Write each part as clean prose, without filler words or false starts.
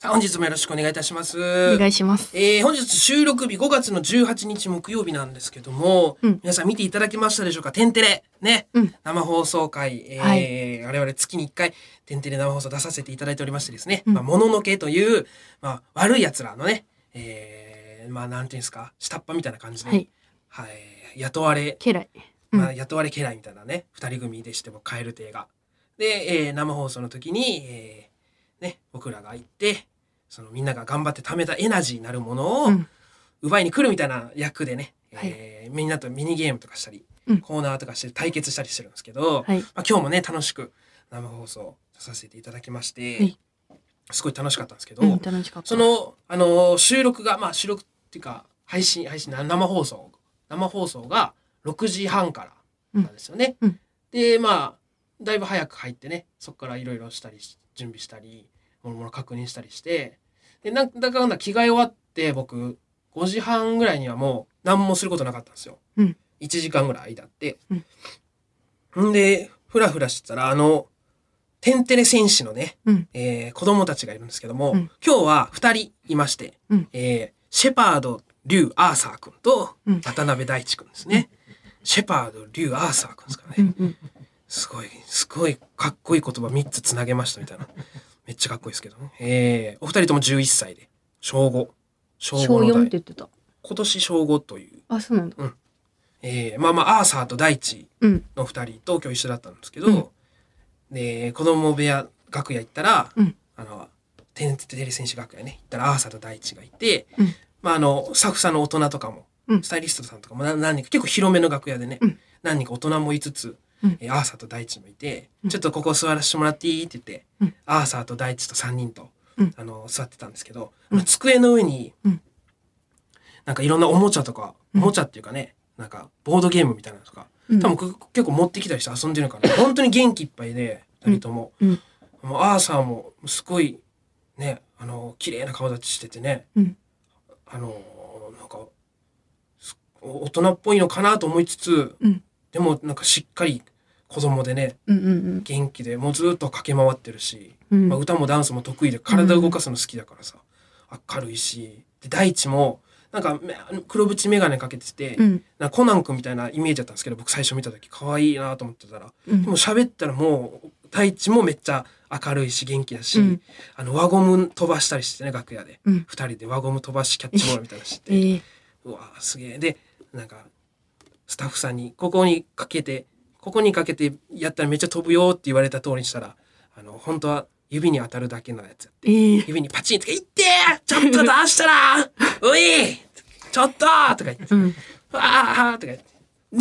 本日もよろしくお願いいたします。 お願いします。 本日収録日5月の18日木曜日なんですけども、皆さん見ていただけましたでしょうか。天テレね、生放送会、我々月に1回天テレ生放送出させていただいておりましてですね、もののけという、悪い奴らのね、なんていうんですか、下っ端みたいな感じで、雇われ家来、 雇われ家来みたいなね、2人組でしても蛙亭が。で、生放送の時に、僕らが行って、そのみんなが頑張って貯めたエナジーになるものを奪いに来るみたいな役でね、みんなとミニゲームとかしたり、コーナーとかして対決したりしてるんですけど、今日もね楽しく生放送させていただきまして、すごい楽しかったんですけど、その収録収録っていうか配信生放送が6時半からなんですよね。でだいぶ早く入ってね、そこからいろいろしたり準備したりもろ確認したりして、でなんだかんだ着替え終わって僕5時半ぐらいにはもう何もすることなかったんですよ。1時間ぐらい間って、でフラフラしてたら天テレ戦士のね、子供たちがいるんですけども、今日は2人いまして、シェパード、リュウ、アーサー君と渡辺大地君ですね。シェパード、リュウ、アーサー君ですからね。すごいかっこいい言葉3つつなげましたみたいな。めっちゃかっこいいですけどね。お二人とも11歳で、小5の 4って言ってた。 今年小5という。 あ、そうなんだ。 アーサーと大地の2人と今日一緒だったんですけど、で子供部屋楽屋行ったら、天テレ戦士楽屋ね行ったらアーサーと大地がいて、スタッフさんの大人とかも、スタイリストさんとかも何人か結構広めの楽屋でね、何人か大人もいつつ、アーサーと大地もいて、ちょっとここ座らせてもらっていいって言って、アーサーと大地と3人と、座ってたんですけど、机の上に、なんかいろんなおもちゃっていうかね、なんかボードゲームみたいなのとか、多分結構持ってきたりして遊んでるのかな。本当に元気いっぱいで、2人とも。もうアーサーもすごい、ね、綺麗な顔立ちしててね、なんか、大人っぽいのかなと思いつつ、でもなんかしっかり子供でね、元気でもうずっと駆け回ってるし、歌もダンスも得意で体動かすの好きだからさ、明るいし、で大地もなんか黒縁眼鏡かけてて、なんかコナン君みたいなイメージだったんですけど、僕最初見た時可愛いなと思ってたら、でも喋ったらもう大地もめっちゃ明るいし元気だし、輪ゴム飛ばしたりしてね、楽屋で、2人で輪ゴム飛ばしキャッチボールみたいなのして、うわすげえ。でなんかスタッフさんにここにかけてやったらめっちゃ飛ぶよって言われた通りにしたら、本当は指に当たるだけのやつやって、指にパチンとか「いってーちょっと出したらおいちょっと!」とか言って「わー!」とか言って、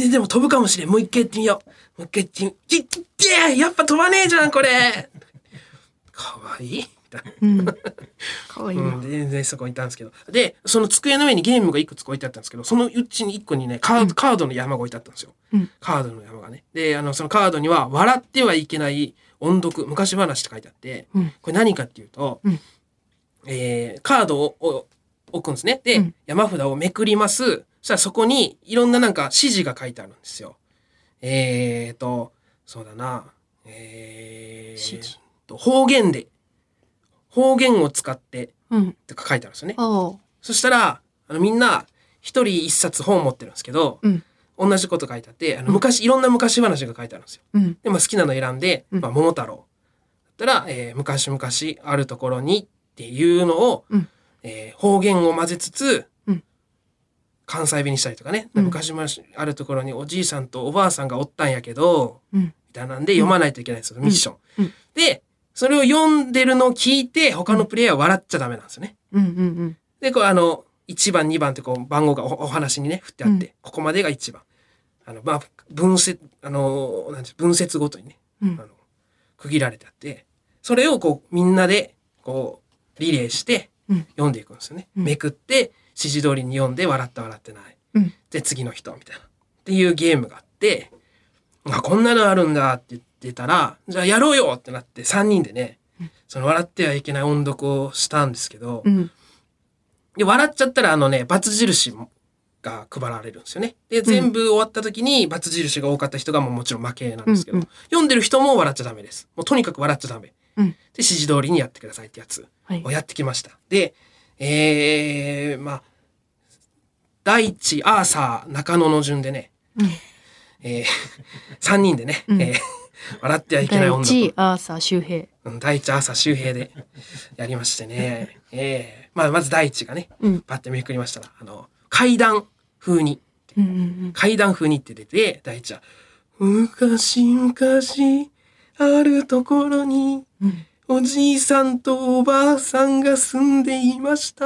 でも飛ぶかもしれん、もう一回やってみよう、もう一回やってみよう、いってーやっぱ飛ばねえじゃんこれかわいいかわいいな。 全然そこにいたんですけど、でその机の上にゲームがいくつか置いてあったんですけど、そのうちに1個にねカードの山が置いてあったんですよ。カードの山がね。でそのカードには「笑ってはいけない音読昔話」って書いてあって、これ何かっていうと、カードを置くんですね。で、山札をめくります。そしたらそこにいろんななんか指示が書いてあるんですよ。そうだな、 指示。 方言を使ってって書いてあるんですよね。そしたらみんな一人一冊本を持ってるんですけど、同じこと書いてあって、いろんな昔話が書いてあるんですよ。で好きなの選んで、桃太郎だったら、昔々あるところにっていうのを、方言を混ぜつつ、関西弁にしたりとかね、昔々あるところにおじいさんとおばあさんがおったんやけど、みたいなんで読まないといけないんですよ、ミッション。でそれを読んでるのを聞いて他のプレイヤーは笑っちゃダメなんですよね。でこう1番2番ってこう番号がお話にね振ってあって、ここまでが1番。分節ごとにね、区切られてあって、それをこうみんなでこうリレーして読んでいくんですよね。めくって指示通りに読んで笑った笑ってない。で次の人みたいなっていうゲームがあって、こんなのあるんだって言ってたら、じゃあやろうよってなって3人でね、その笑ってはいけない音読をしたんですけど、で笑っちゃったら×印が配られるんですよね。で全部終わった時に×印が多かった人がもちろん負けなんですけど、読んでる人も笑っちゃダメです。もうとにかく笑っちゃダメ。 うん、 で指示通りにやってくださいってやつをやってきました。はい、で、まあ大地、アーサー、中野の順でね、 うん、 3人でね、笑ってはいけない音楽。 大地、アーサー、周平。 大地、アーサー、周平でやりましてね。まず大地がね、パッてめくりましたら、階段風に、階段風にって出て、大地は、昔々あるところに、おじいさんとおばあさんが住んでいました。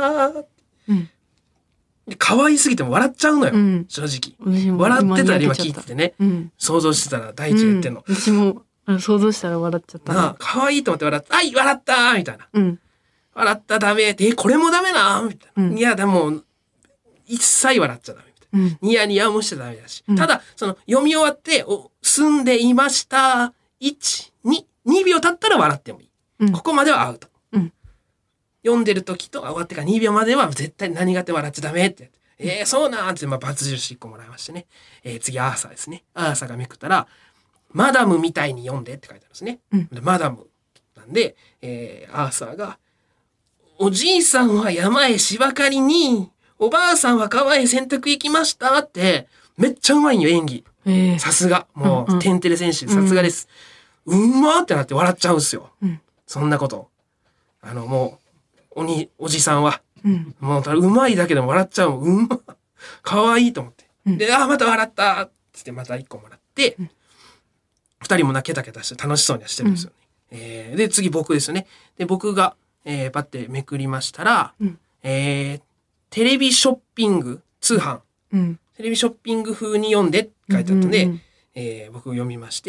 可愛すぎても笑っちゃうのよ、正直。笑ってたら今聞いててね、想像してたら大地が言ってんの。 私も想像したら笑っちゃった。 可愛いと思って笑って、はい、笑ったみたいな。笑ったダメって、これもダメなみたいな。いや、でも、一切笑っちゃダメみたいな。ニヤニヤもしちゃダメだし。ただ、読み終わって、住んでいました。1、2秒経ったら笑ってもいい。ここまではアウト。読んでる時と終わってから2秒までは絶対何があって笑っちゃダメってそうなんって、バツ印1個もらいましてね。次、アーサーですね。アーサーがめくったら、マダムみたいに読んでって書いてあるんですね。でマダムなんで、アーサーが、おじいさんは山へ芝刈りに、おばあさんは川へ洗濯行きましたって、めっちゃうまいんよ、演技。さすが。もう、テンテレ選手、さすがです。うまーってなって笑っちゃうんですよ。そんなこと。もう、おじさんは、もううまいだけでも笑っちゃう。かわいいと思って。で、また笑ったってってまた1個もらって、2人もケタケタして楽しそうにはしてるんですよね。で、次僕ですよね。で、僕が、パッてめくりましたら、テレビショッピング、通販、テレビショッピング風に読んでって書いてあったんで、僕読みまして、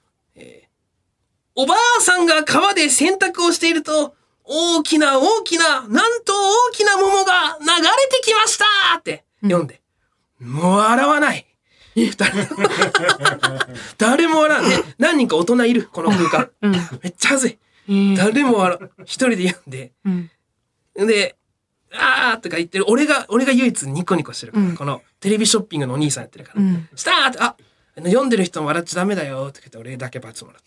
おばあさんが川で洗濯をしていると、大きな、なんと大きな桃が流れてきましたって読んで。もう笑わない。誰も笑わない。何人か大人いる、この空間。めっちゃ恥ずい。誰も笑う。一人で読んで。で、とか言ってる。俺が唯一ニコニコしてるから。このテレビショッピングのお兄さんやってるから。したーって、読んでる人も笑っちゃダメだよって言って、俺だけ罰もらって。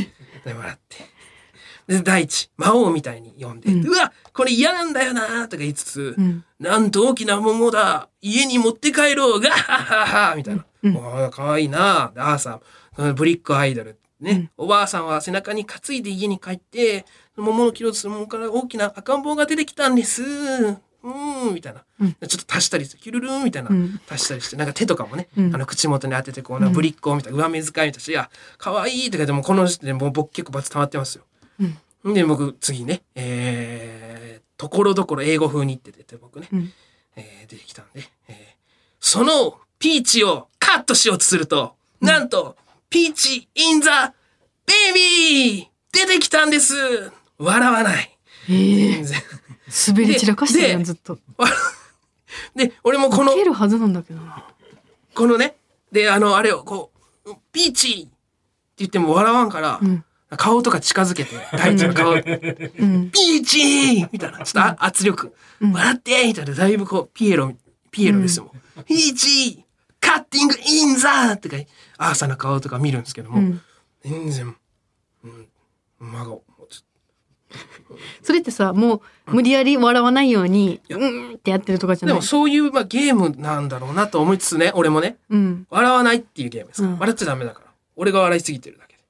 で、笑って。で、大地、魔王みたいに読んで、うわ、これ嫌なんだよなとか言いつつ、なんと大きな桃だ、家に持って帰ろうが、はははみたいな。かわいいなアーサー、ブリックアイドル。ね、おばあさんは背中に担いで家に帰って、桃の切ろうとする桃から大きな赤ん坊が出てきたんです。みたいな。ちょっと足したりして、キュルルンみたいな、足したりして、なんか手とかもね、口元に当てて、こう、ブリックをみたいな、上目遣いみたいな、いや、かわいいとかでも、この時点でもう僕結構罰溜まってますよ。で、僕、次ね、ところどころ英語風にって出て、僕ね、出てきたんで、そのピーチをカットしようとすると、なんと、ピーチインザベイビー出てきたんです。笑わない。 滑り散らかしてるやん、ずっと。 で、俺もこの、 受けるはずなんだけどな。 このね、で、あれをこう、ピーチって言っても笑わんから、顔とか近づけて、大地の顔、ピーチーみたいな、ちょっと圧力、笑ってみたいな、だいぶこう、ピエロですよ。ピーチーカッティングインザーとか、アーサーの顔とか見るんですけども、全然、真顔。 それってさ、もう無理やり笑わないように、ってやってるとかじゃない？ でもそういう、ゲームなんだろうなと思いつつね、俺もね、笑わないっていうゲームです。笑っちゃダメだから。俺が笑いすぎてるだけで。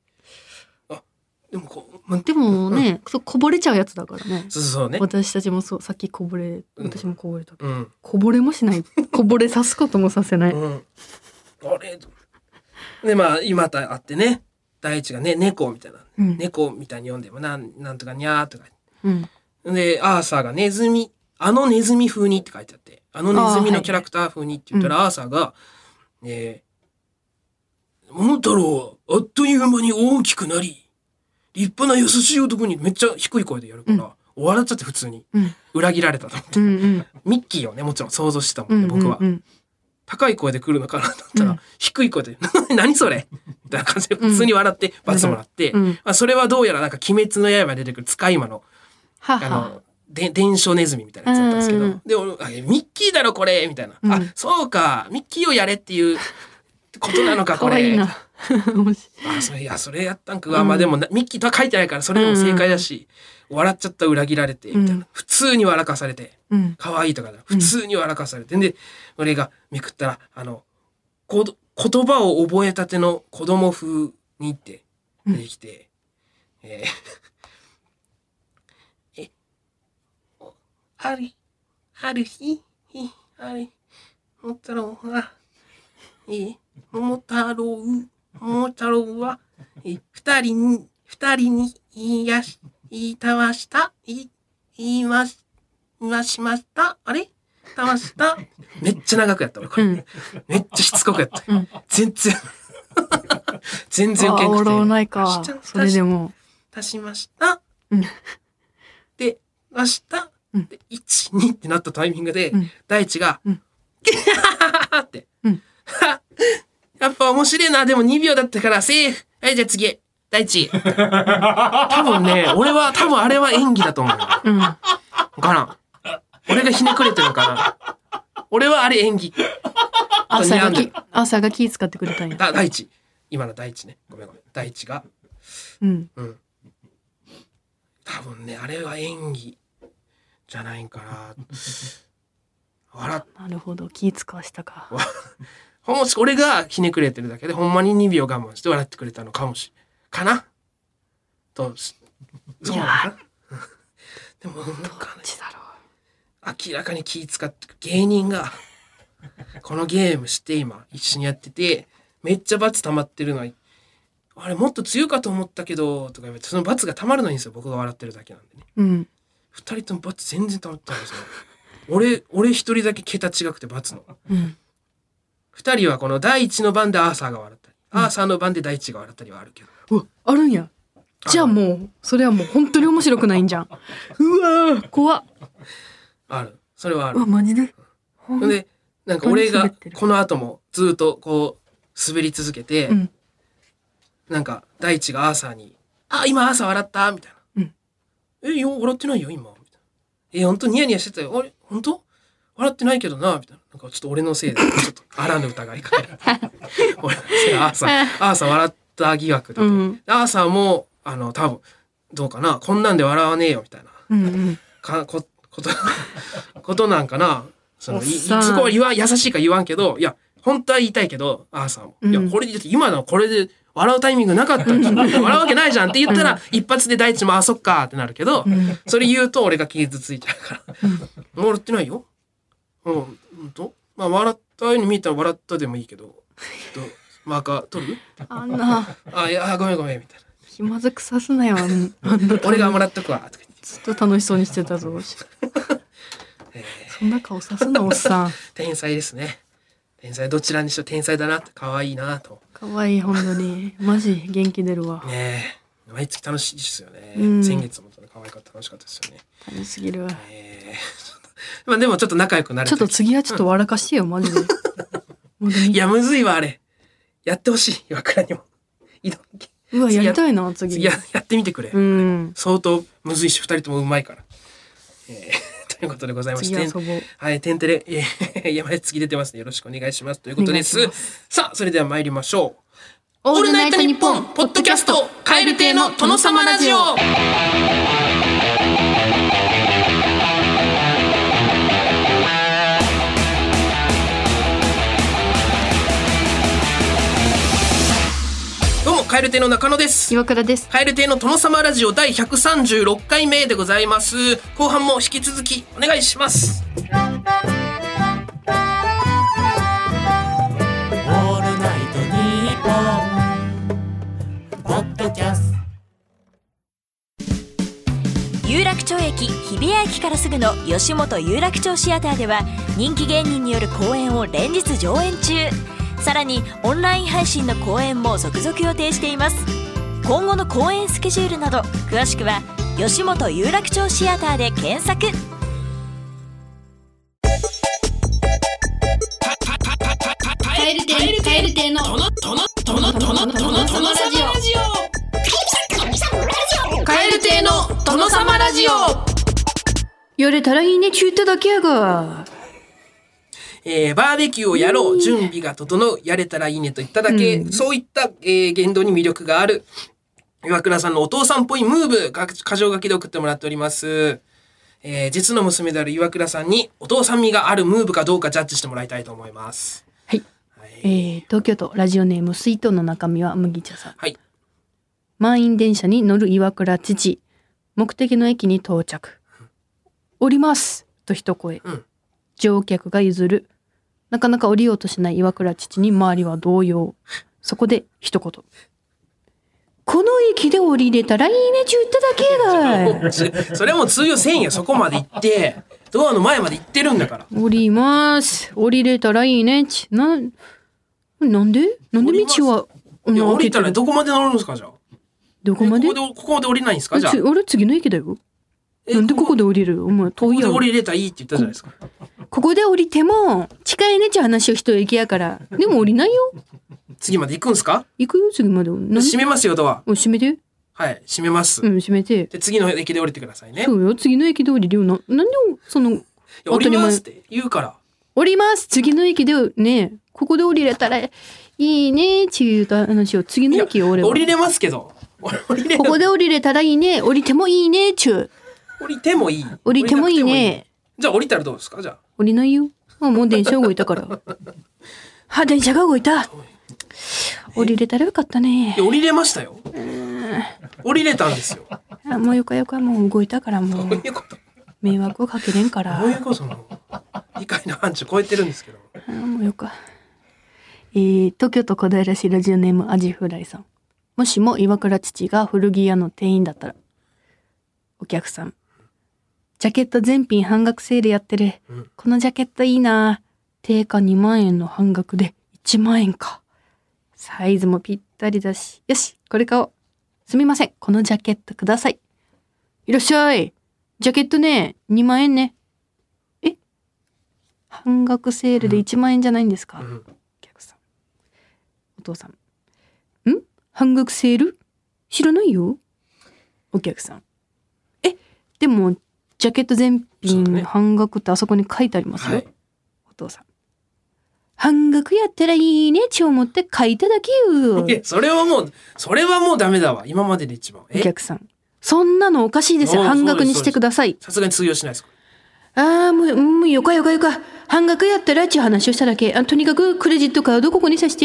でもね、こぼれちゃうやつだからね。 そうね。 私たちもそう、さっき私もこぼれたけど、こぼれもしない。こぼれさすこともさせない。 で、今あってね、大地がね、猫みたいな。猫みたいに読んでも、なんとかにゃーとか。で、アーサーがネズミ風にって書いてあって、ネズミのキャラクター風にって言ったら、アーサーが、桃太郎はあっという間に大きくなり、立派な優しい男にめっちゃ低い声でやるから、笑っちゃって普通に。裏切られたと思って。ミッキーをね、もちろん想像してたもんね、僕は。高い声で来るのかなと思ったら、低い声で、何それみたいな感じで普通に笑って罰もらって、それはどうやらなんか鬼滅の刃に出てくる使い魔の、伝承ネズミみたいなやつだったんですけど、で、ミッキーだろこれみたいな。そうか、ミッキーをやれっていう、 ことなのかこれ。 かわいいな。 それやったんか。まあでもミッキーとは書いてないからそれでも正解だし、笑っちゃった裏切られてみたいな、普通に笑かされて、可愛いとかだ普通に笑かされて、で俺がめくったら言葉を覚えたての子供風にって出てきて、ある日桃太郎は桃太郎は二人に言いましたあれたましためっちゃ長くやった俺これ、めっちゃしつこくやった、全然受けんくて笑ないかそれでも足しました、でました、で1、2ってなったタイミングで、大地が、って、やっぱ面白いな、でも2秒だったからセーフ。はい、じゃあ次、大地。多分ね、多分あれは演技だと思う。かな。俺がひねくれてるのかな。俺はあれ演技。 朝が気使ってくれたんや。 大地。今の大地ね。ごめん。大地が。多分ね、あれは演技。じゃないんかな。 なるほど、気使わしたか。 俺がひねくれてるだけでほんまに2秒我慢して笑ってくれたのかもしれかなと。そうなのかな。でもどっちだろう。明らかに気使って芸人がこのゲームして今一緒にやっててめっちゃ罰溜まってるのに、あれもっと強いかと思ったけどとか言われて、その罰が溜まるのいいんですよ、僕が笑ってるだけなんでね。2人とも罰全然溜まってたんですよ。俺一人だけ桁違くて罰の。2人はこの第一の番でアーサーが笑ったり、アーサーの番で第一が笑ったりはあるけど。 あるんや。じゃあもうそれはもう本当に面白くないんじゃん。うわー怖っ。 ある。それはある。 マジで。 でなんか俺がこの後もずっとこう滑り続けて、なんか第一がアーサーに今アーサー笑ったみたいな。笑ってないよ今みたいな。本当ニヤニヤしてたよ。あれ本当笑ってないけどなみたいな。なんかちょっと俺のせいでちょっとあらぬ疑いかけられて俺のせいでアーサー笑った疑惑だと、アーサーも多分どうかな、こんなんで笑わねえよみたいな、ことなんかな。そこは優しいか言わんけど、いや本当は言いたいけどアーサーも、いやこれで今のこれで笑うタイミングなかったんでしょ笑うわけないじゃんって言ったら、一発で大地もそっかってなるけど、それ言うと俺が傷ついちゃうから笑ってないよ。まあ笑ったように見えたら笑ったでもいいけど、マーカー取る？いやごめんみたいな。 気まずくさすなよ。 俺がもらっとくわとか言ってずっと楽しそうにしてたぞ。そんな顔さすなおっさん。 天才ですね。天才、どちらにしろ天才だなって、可愛いなと。 可愛い本当にマジ元気出るわ。 ねえ、毎月楽しいですよね。先月も可愛かった楽しかったですよね。 楽しすぎるわ。 まあでもちょっと仲良くなれて。 ちょっと次はちょっと笑かしてよマジで。 いやむずいわあれ。やってほしい岩倉にも。 うわやりたいな次。 やってみてくれ。相当むずいし2人ともうまいから。ということでございまして、はい、天てれ、次出てますね。よろしくお願いしますということです。さあそれでは参りましょう。オールナイトニッポンポッドキャスト蛙亭の殿様ラジオ。蛙亭の中野です。 岩倉です。 蛙亭の殿様ラジオ第136回目でございます。後半も引き続きお願いします。オールナイトニッポンポッドキャスト。 有楽町駅日比谷駅からすぐの吉本有楽町シアターでは人気芸人による公演を連日上演中。さらにオンライン配信の公演も続々予定しています。今後の公演スケジュールなど詳しくは吉本有楽町シアターで検索。 蛙亭の蛙亭の殿様ラジオ。 やれたらいいねちゅうただけやが。 バーベキューをやろう、準備が整う、やれたらいいねといっただけ、そういった、言動に魅力がある岩倉さんのお父さんっぽいムーブ、箇条書きで送ってもらっております。実の娘である岩倉さんにお父さん味があるムーブかどうかジャッジしてもらいたいと思います。 はい。東京都ラジオネーム水筒の中身は麦茶さん。 はい。 満員電車に乗る岩倉父。目的の駅に到着。降りますと一声。乗客が譲る。なかなか降りようとしない岩倉父に周りは動揺。そこで一言。この駅で降りれたらいいねちゅっただけがそれも通用せんや。そこまで行ってドアの前まで行ってるんだから。 降ります。降りれたらいいねち。なんで道は降りたらどこまで乗るんですか。じゃあどこまでここまで降りないんですか。じゃあ俺次の駅だよ。なんでここで降りる。お前遠いやん。 ここで降りれたらいいって言ったじゃないですか。 ここで降りても近いねちゅ話を一駅やから。でも降りないよ。 次まで行くんすか。 行くよ次まで。 閉めますよドア。 閉めて。 はい閉めます。 閉めて。 で次の駅で降りてくださいね。 そうよ次の駅で降りるよ。なんでその降りますって言うから。降ります次の駅でねここで降りれたらいいねっていう話を次の駅を俺は。 降りれますけど。 ここで降りれたらいいね。降りてもいいねちゅう。 降りてもいい。 降りてもいいね。 じゃあ降りたらどうですか。じゃあ降りないよ。もう電車動いたから。電車が動いた。降りれたらよかったね。 降りれましたよ。降りれたんですよ。 もうよかもう動いたからもう。 どういうこと。 迷惑をかけれんから。 どういうことの理解の範疇超えてるんですけど。 もうよか。東京都小平市ラジオネームアジフライさん。もしも岩倉父が古着屋の店員だったら。お客さん。ジャケット全品半額セールやってる。このジャケットいいな。定価2万円の半額で1万円か。サイズもぴったりだし。よし、これ買おう。すみません、このジャケットください。いらっしゃい。ジャケットね、2万円ね。半額セールで1万円じゃないんですか。お客さん。お父さん。半額セール知らないよ。お客さん。でも、ジャケット全品半額ってあそこに書いてありますよ。はい、お父さん。半額やったらいいねって思って書いただけよ。 それはもうダメだわ。今までで一番。 お客さん。そんなのおかしいですよ。半額にしてください。 さすがに通用しないですか。 もうよか。半額やったらっていう話をしただけ。とにかくクレジットカードここにさして。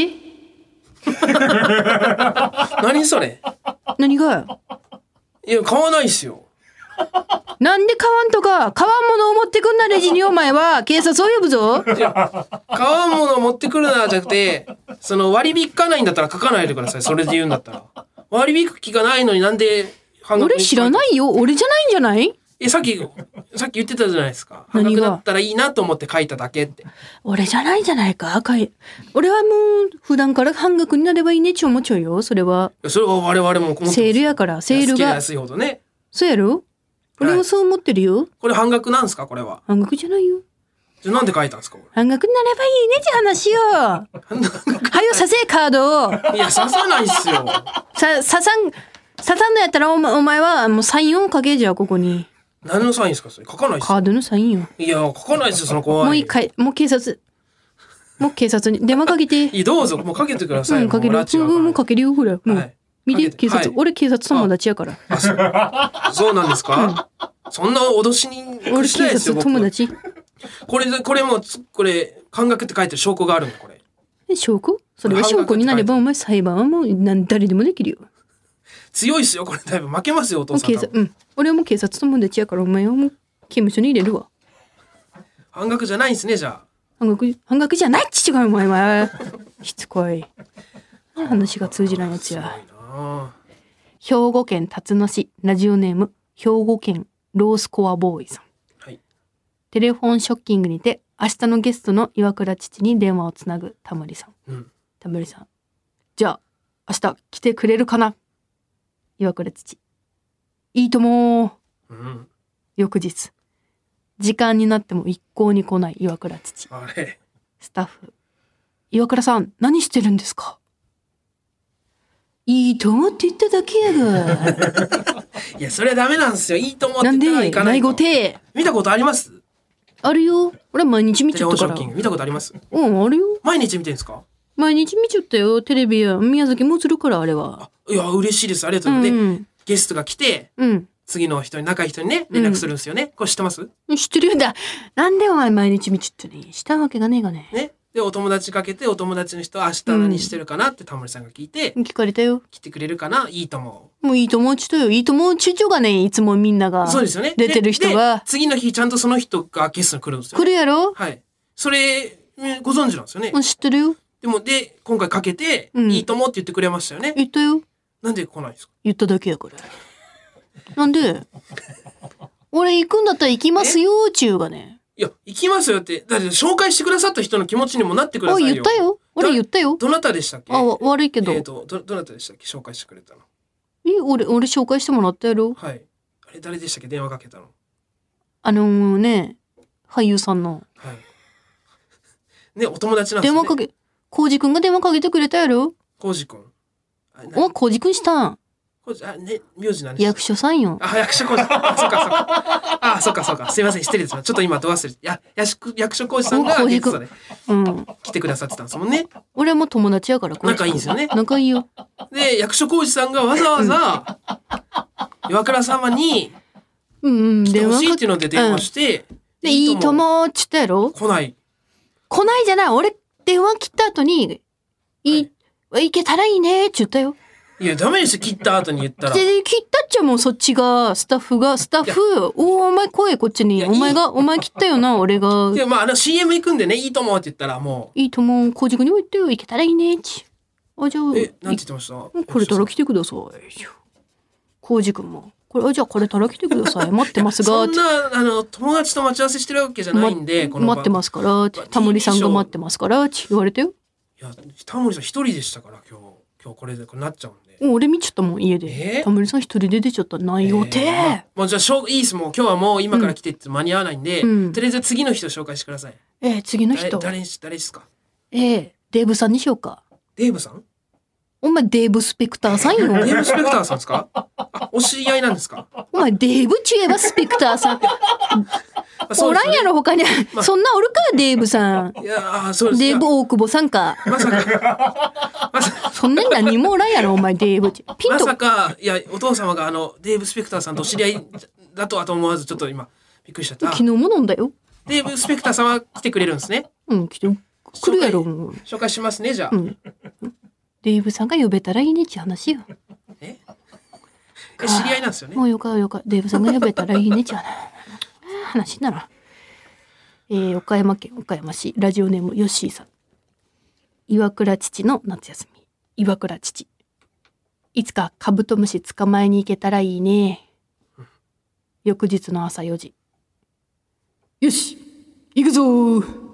何それ。 何が。 いや買わないっすよ。 なんで買わんとか。買わんものを持ってくんなレジに。お前は警察を呼ぶぞ。 いや買わんものを持ってくるなじゃなくて、その割引かないんだったら書かないでください。それで言うんだったら。割引気がないのになんで半額に。俺知らないよ。俺じゃないんじゃない。 さっき言ってたじゃないですか。半額だったらいいなと思って書いただけって。 俺じゃないんじゃないか。俺はもう普段から半額になればいいねって思っちゃうよ。それは我々もセールやから。セールが安いほどね。 そうやろ。俺はそう思ってるよ。 これ半額なんですか。これは半額じゃないよ。 じゃなんで書いたんですか。 半額になればいいねって話よ。はよさせカードを。 いや刺さないっすよ。 刺さんのやったらお前はもうサインを書け。じゃあここに。 何のサインですか。それ書かないっすよ。 カードのサインよ。 いや書かないっすよ。その怖い。 もう一回もう警察に電話かけて。 いいどうぞもうかけてください。 かける。もうかけるよ。ほらもう。見て警察。俺警察友達やから。 そうなんですか。そんな脅しに。 俺警察友達。 これも半額って書いてる証拠があるんだこれ。 証拠？それが証拠になればお前裁判はもう誰でもできるよ。 強いっすよこれ。だいぶ負けますよお父さん。 俺はもう警察友達やからお前はもう刑務所に入れるわ。 半額じゃないんすねじゃあ。 半額じゃないっち違うお前は。しつこい。話が通じないやつや。兵庫県辰野市ラジオネーム兵庫県ロースコアボーイさん。はい、テレフォンショッキングにて明日のゲストの岩倉父に電話をつなぐタモリさん。タモリさん。じゃあ明日来てくれるかな。岩倉父。いいとも。翌日。時間になっても一向に来ない岩倉父。 あれ。 スタッフ。岩倉さん何してるんですか。いいと思って言っただけやが。 いやそれはダメなんですよ。いいと思って言ったらいかないと。 なんで？内語亭。 見たことあります？ あるよ。俺毎日見ちゃったから。 テレホンショッキング見たことあります？ うん、あるよ。 毎日見てんですか？ 毎日見ちゃったよ。テレビや宮崎もするから、あれは。 いや、嬉しいです。ありがとうございます。ゲストが来て、次の人に、仲いい人にね、連絡するんですよね。これ知ってます？ 知ってるよ。なんでお前毎日見ちゃったね。したわけがねえがね。 ね。で、お友達かけて、お友達の人は明日何してるかなってタモリさんが聞いて、 聞かれたよ。 来てくれるかな？いいと思う。もういいと思うちとよ。いいと思うちちょがね、いつもみんなが。 そうですよね。 出てる人が。 次の日、ちゃんとその人がゲストに来るんですよ。 来るやろ？ はい。それ、ご存知なんですよね。 知ってるよ。 で、今回かけて、いいと思って言ってくれましたよね。 言ったよ。 なんで来ないんですか？ 言っただけやから。なんで俺行くんだったら行きますよ、ちゅうがね。 いや、行きますよって、だって紹介してくださった人の気持ちにもなってくださいよ。 言ったよ。俺言ったよ。 どなたでしたっけ？ 悪いけど。 どなたでしたっけ？紹介してくれたの。 俺紹介してもらったやろ。 はい。あれ誰でしたっけ？電話かけたの。 ね、俳優さんの。 はい。ね、お友達なんですね。 電話かけ、コウジくんが電話かけてくれたやろ。 コウジくん。 コウジくんしたん。 ね、名字何でした？ 役所さんよ。 役所工事。そうか。すいません、失礼です。ちょっと今ど忘れ。役所工事さんがゲストで来てくださってたんですもんね。 俺も友達やから。 仲いいんですよね。 仲いいよ。 で、役所工事さんがわざわざ岩倉様に来てほしいっていうので電話して、 で、いいともっつったやろ。 来ないじゃない。俺電話切った後に行けたらいいねって言ったよ。 いや、ダメですよ、切った後に言ったら。 切ったっちゃもうそっちが、スタッフ、お前来い、こっちに。お前切ったよな、俺が。 いや、CM 行くんでね、いいと思うって言ったらもう。 いいと思う、工事君に言ってよ、行けたらいいね、ち。じゃあ。 なんて言ってました？ これたら来てください。工事君も。じゃあこれたら来てください。待ってますが。 そんな、友達と待ち合わせしてるわけじゃないんで、 待ってますから、タモリさんが待ってますから、言われたよ。 いや、タモリさん一人でしたから、今日これでなっちゃうんで。 俺見ちゃったもん、家で。タモリさん一人で出ちゃった。ない予定。 もうじゃあ、いいっす。もう今日はもう今から来てって間に合わないんで、とりあえず次の人紹介してください。 次の人。 誰ですか？ デーブさんにしようか。 デーブさん？ お前デーブスペクターさんよ。 デーブスペクターさんですか？お知り合いなんですか？ お前デーブチュエバスペクターさん。おらんやろ他に。そんなおるかデーブさん。 いやそうです。 デーブ大久保さんか。 まさか。 そんなん何もおらんやろお前デーブ。 ピンと。まさかいやお父様がデーブスペクターさんとお知り合いだとはと思わずちょっと今びっくりしちゃった。 昨日も飲んだよ。 デーブスペクターさんは来てくれるんですね。 来るやろ。 紹介しますねじゃあ。 デーブさんが呼べたらいいねって話よ。 知り合いなんですよね。 もうよか。デーブさんが呼べたらいいねって話なら。岡山県岡山市ラジオネームヨッシーさん。岩倉父の夏休み。岩倉父。いつかカブトムシ捕まえに行けたらいいね。翌日の朝4時。よし行くぞー。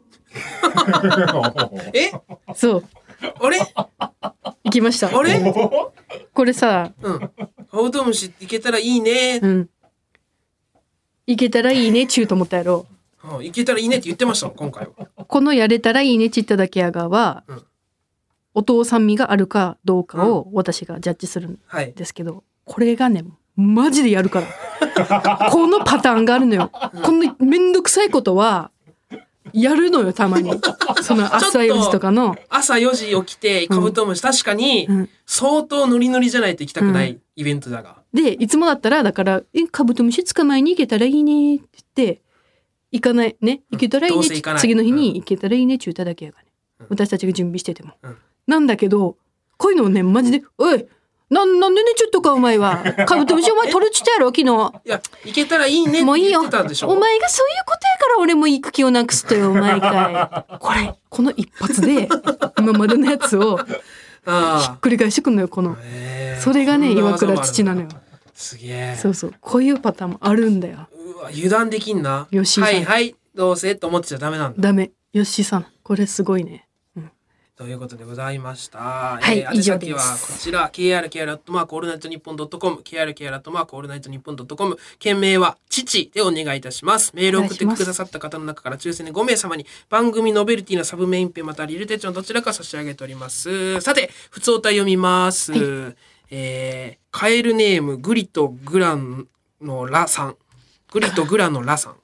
そう。 あれ行きました。 あれこれさ、 カブトムシ行けたらいいね。 行けたらいいねちゅうと思ったやろ。 行けたらいいねって言ってました今回は。 このやれたらいいねちっただけやがは、お父さん味があるかどうかを私がジャッジするんですけど、これがねマジでやるからこのパターンがあるのよ。このめんどくさいことはやるのよたまに。その朝4時とかの朝4時起きてカブトムシ、確かに相当ノリノリじゃないと行きたくないイベントだが、 でいつもだったらだからカブトムシ捕まえに行けたらいいねって言って行かないね、行けたらいいねって次の日に行けたらいいねって言っただけやからね、私たちが準備してても、なんだけどこういうのをねマジでおいなんでねちょっとかお前はカブトムシお前取るっちゃやろ昨日。いや行けたらいいねって言ってたでしょ。 もういいよお前がそういうことやから俺も行く気をなくすとよ毎回。この一発で今までのやつをひっくり返してくんのよこの。それがね岩倉父なのよ。 すげえ。 そうこういうパターンもあるんだよ。 うわ油断できんな。 よしはいどうせと思ってちゃダメなんだ。 ダメ。よしさんこれすごいね。 ということでございました。 以上です。 宛先はこちら krkr@allnightnippon.com krkr@allnightnippon.com 件名は父でお願いいたします。メールを送ってくださった方の中から抽選で5名様に番組ノベルティのサブメインペンまたはリル手帳のどちらか差し上げております。さて普通歌読みます。カエルネームグリとグラのラさん。グリとグラのラさん。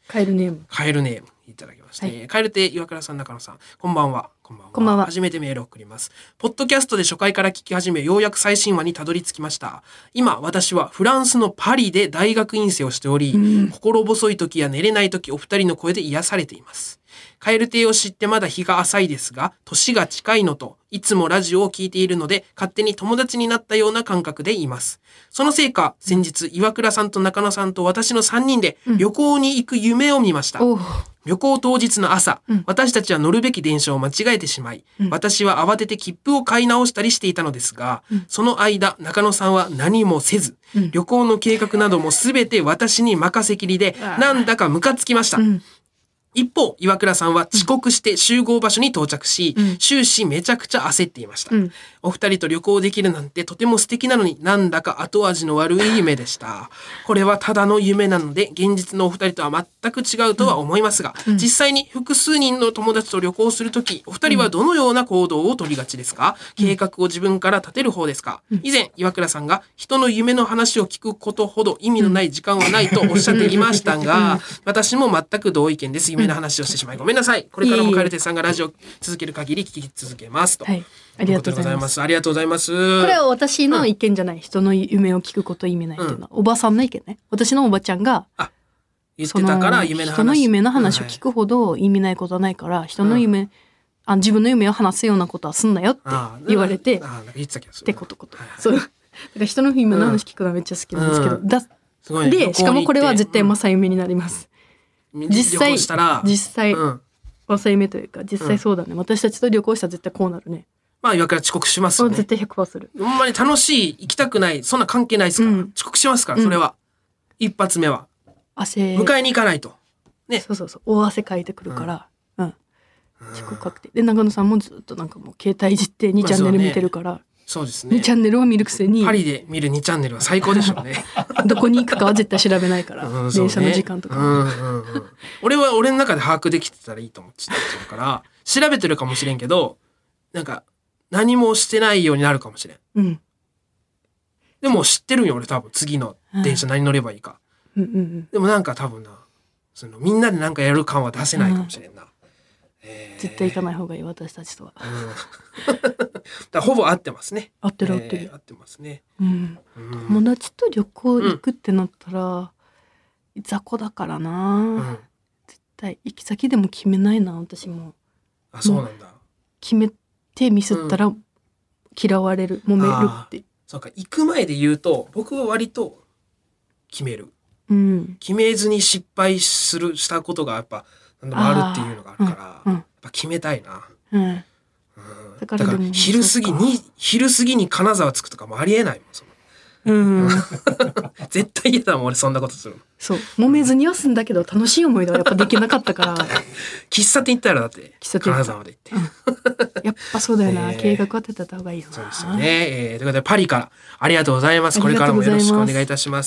カエルネーム。 カエルネームいただきまして、 はい、 カエル亭岩倉さん、中野さん、こんばんは。 こんばんは。 初めてメールを送ります。ポッドキャストで初回から聞き始め、ようやく最新話にたどり着きました。今、私はフランスのパリで大学院生をしており、心細い時や寝れない時、お二人の声で癒されています。カエル亭を知ってまだ日が浅いですが、年が近いのと、いつもラジオを聞いているので、勝手に友達になったような感覚でいます。そのせいか、先日、岩倉さんと中野さんと私の3人で旅行に行く夢を見ました。旅行当日の朝、私たちは乗るべき電車を間違えてしまい、私は慌てて切符を買い直したりしていたのですが、その間、中野さんは何もせず、旅行の計画などもすべて私に任せきりで、なんだかムカつきました。一方、岩倉さんは遅刻して集合場所に到着し、終始めちゃくちゃ焦っていました。お二人と旅行できるなんてとても素敵なのに、なんだか後味の悪い夢でした。これはただの夢なので、現実のお二人とは全く違うとは思いますが、実際に複数人の友達と旅行するとき、お二人はどのような行動を取りがちですか？計画を自分から立てる方ですか？以前、岩倉さんが人の夢の話を聞くことほど意味のない時間はないとおっしゃっていましたが、私も全く同意見です。夢の話をしてしまいごめんなさい。これからもカエル亭さんがラジオ続ける限り聞き続けますと。 はい、ありがとうございます。 ありがとうございます。 これは私の意見じゃない。人の夢を聞くこと意味ないっていうのは、おばさんの意見ね。私のおばちゃんが言ってたから人の夢の話を聞くほど意味ないことはないから、人の夢、自分の夢を話すようなことはすんなよって言われて、ってこと。そう。だから人の夢の話聞くのはめっちゃ好きなんですけど、でしかもこれは絶対正夢になります。実際正夢というか実際そうだね、私たちと旅行したら絶対こうなるね。 まあ岩倉遅刻しますよね。 絶対 100% する。 ほんまに楽しい、行きたくない、そんな関係ないですから、遅刻しますから、それは、一発目は迎えに行かないとね。 そう大汗かいてくるから、遅刻確定で、中野さんもずっとなんかもう携帯いじって2チャンネル見てるから、 そうですね。 2チャンネルを見るくせにパリで見る2チャンネルは最高でしょうね。 どこに行くかは絶対調べないから、電車の時間とか。 俺は俺の中で把握できてたらいいと思ってたから、調べてるかもしれんけど、なんか何もしてないようになるかもしれん。でも知ってるんよ俺多分次の電車何乗ればいいか。でもなんか多分な、そのみんなでなんかやる感は出せないかもしれんな。 絶対行かない方がいい私たちとは。 だほぼ合ってますね。 合ってる。 合ってますね。 友達と旅行行くってなったら、雑魚だからな。絶対行き先でも決めないな私も。 あ、そうなんだ。 決めてミスったら嫌われる、揉めるって。 そうか、行く前で言うと僕は割と決める。決めずに失敗したことがやっぱ何度もあるっていうのがあるから、やっぱ決めたいな。だから昼過ぎに金沢着くとかもありえないもん。絶対嫌だもん俺そんなことするの。 そう揉めずには済んだけど楽しい思い出はやっぱできなかったから喫茶店行ったらだって金沢まで行って、 やっぱそうだよな、計画は立てた方がいいよな。 そうですよね。ということでパリからありがとうございます。これからもよろしくお願いいたします。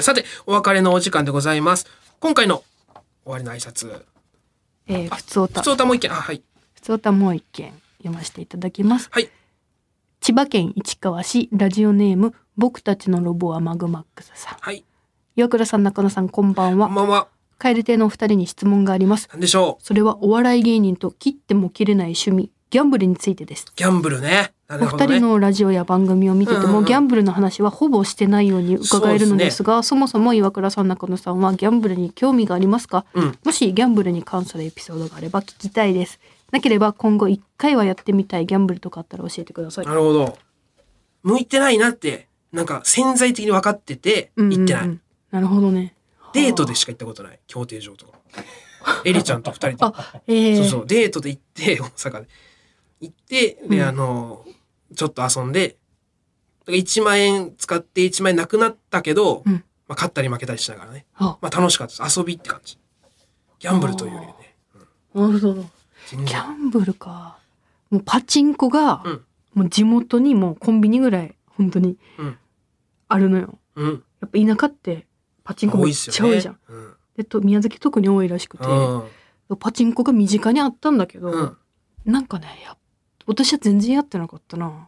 さてお別れのお時間でございます。今回の終わりの挨拶、 ふつおたもう一件、はい、 ふつおたもう一件読ませていただきます。 はい。 千葉県市川市ラジオネーム僕たちのロボはマグマックスさん。 はい。 岩倉さん中野さんこんばんは。 こんばんは。 カエル亭のお二人に質問があります。 何でしょう。 それはお笑い芸人と切っても切れない趣味ギャンブルについてです。 ギャンブルね。 お二人のラジオや番組を見てても、ギャンブルの話はほぼしてないように伺えるのですが、そもそも岩倉さん中野さんはギャンブルに興味がありますか？もしギャンブルに関するエピソードがあれば聞きたいです。なければ今後1回はやってみたいギャンブルとかあったら教えてください。 なるほど。向いてないなってなんか潜在的に分かってて行ってない。 なるほどね。 デートでしか行ったことない。競艇場とか。エリちゃんと2人で。そうそうデートで行って大阪で行ってで、ちょっと遊んで1万円使って1万円なくなったけど、勝ったり負けたりしながらね、楽しかったです。遊びって感じ。ギャンブルというよりね。 なるほど。ギャンブルか。もうパチンコが、もう地元にもうコンビニぐらい本当にあるのよ。やっぱ田舎ってパチンコめっちゃ多いじゃん。で宮崎特に多いらしくて、パチンコが身近にあったんだけど、なんかね私は全然やってなかったな。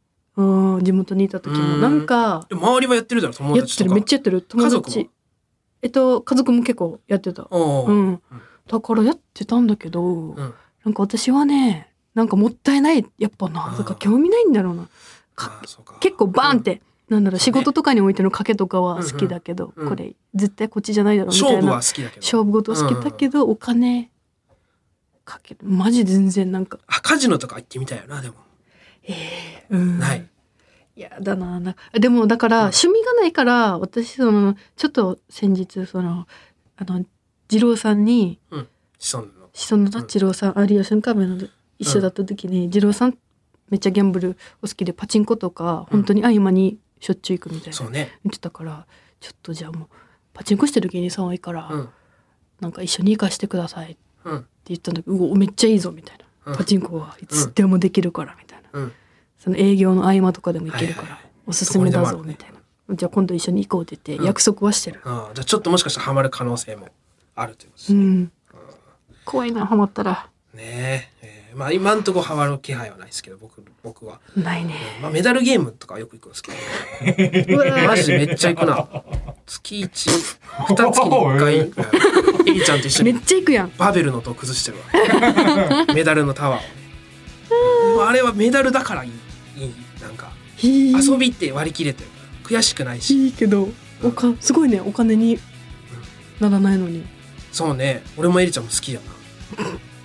地元にいた時もなんか周りはやってるだろ友達とか。 やってるめっちゃやってる友達。 家族も結構やってた。うん。だからやってたんだけど、なんか私はね、なんかもったいない。やっぱな、なんか興味ないんだろうな。結構バーンって、なんだろう、仕事とかにおいての賭けとかは好きだけど、これ絶対こっちじゃないだろうみたいな。 勝負は好きだけど。 勝負事好きだけど、お金かける。マジ全然なんか。 カジノとか行ってみたいよな、でも。ない。 いやだな。でもだから趣味がないから、私ちょっと先日二郎さんに、 シソンの二郎さん、有吉の壁の一緒だった時に、二郎さんめっちゃギャンブルお好きでパチンコとか本当に合間にしょっちゅう行くみたいな言ってたから、ちょっとじゃあもうパチンコしてる芸人さん多いから、なんか一緒に行かしてくださいって言ったんだけど、めっちゃいいぞみたいな、パチンコはいつでもできるからみたいな、その営業の合間とかでも行けるからおすすめだぞみたいな、じゃあ今度一緒に行こうって言って約束はしてる。 じゃあちょっともしかしたらハマる可能性もあるということですね。 怖いな、ハマったらね。まあ今んとこハマる気配はないですけど、僕はないね。 メダルゲームとかよく行くんですけど、マジでめっちゃ行くな。月1、2月に1回エリちゃんと一緒にめっちゃ行くやん。 バベルの塔崩してるわ。メダルのタワーを。あれはメダルだからいい。なんか遊びって割り切れてるから悔しくないし。 いいけどすごいね、お金にならないのに。 そうね、俺もエリちゃんも好きやな。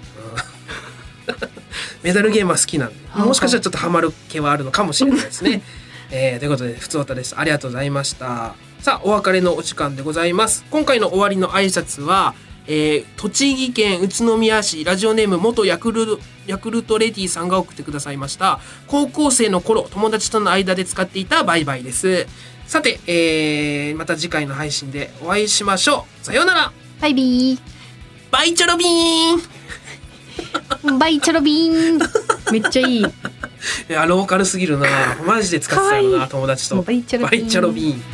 メダルゲームは好きなんで、もしかしたらちょっとハマる気はあるのかもしれないですね。ということで、ふつおたです。ありがとうございました。さあ、お別れのお時間でございます。今回の終わりの挨拶は、栃木県宇都宮市ラジオネーム元ヤクルトレディさんが送ってくださいました。高校生の頃、友達との間で使っていたバイバイです。さて、また次回の配信でお会いしましょう。さようなら。 バイビー。 バイチョロビーン。 バイチョロビーン。めっちゃいい。 いや、ローカルすぎるな。マジで使ってたよな、友達と。 バイチョロビーン。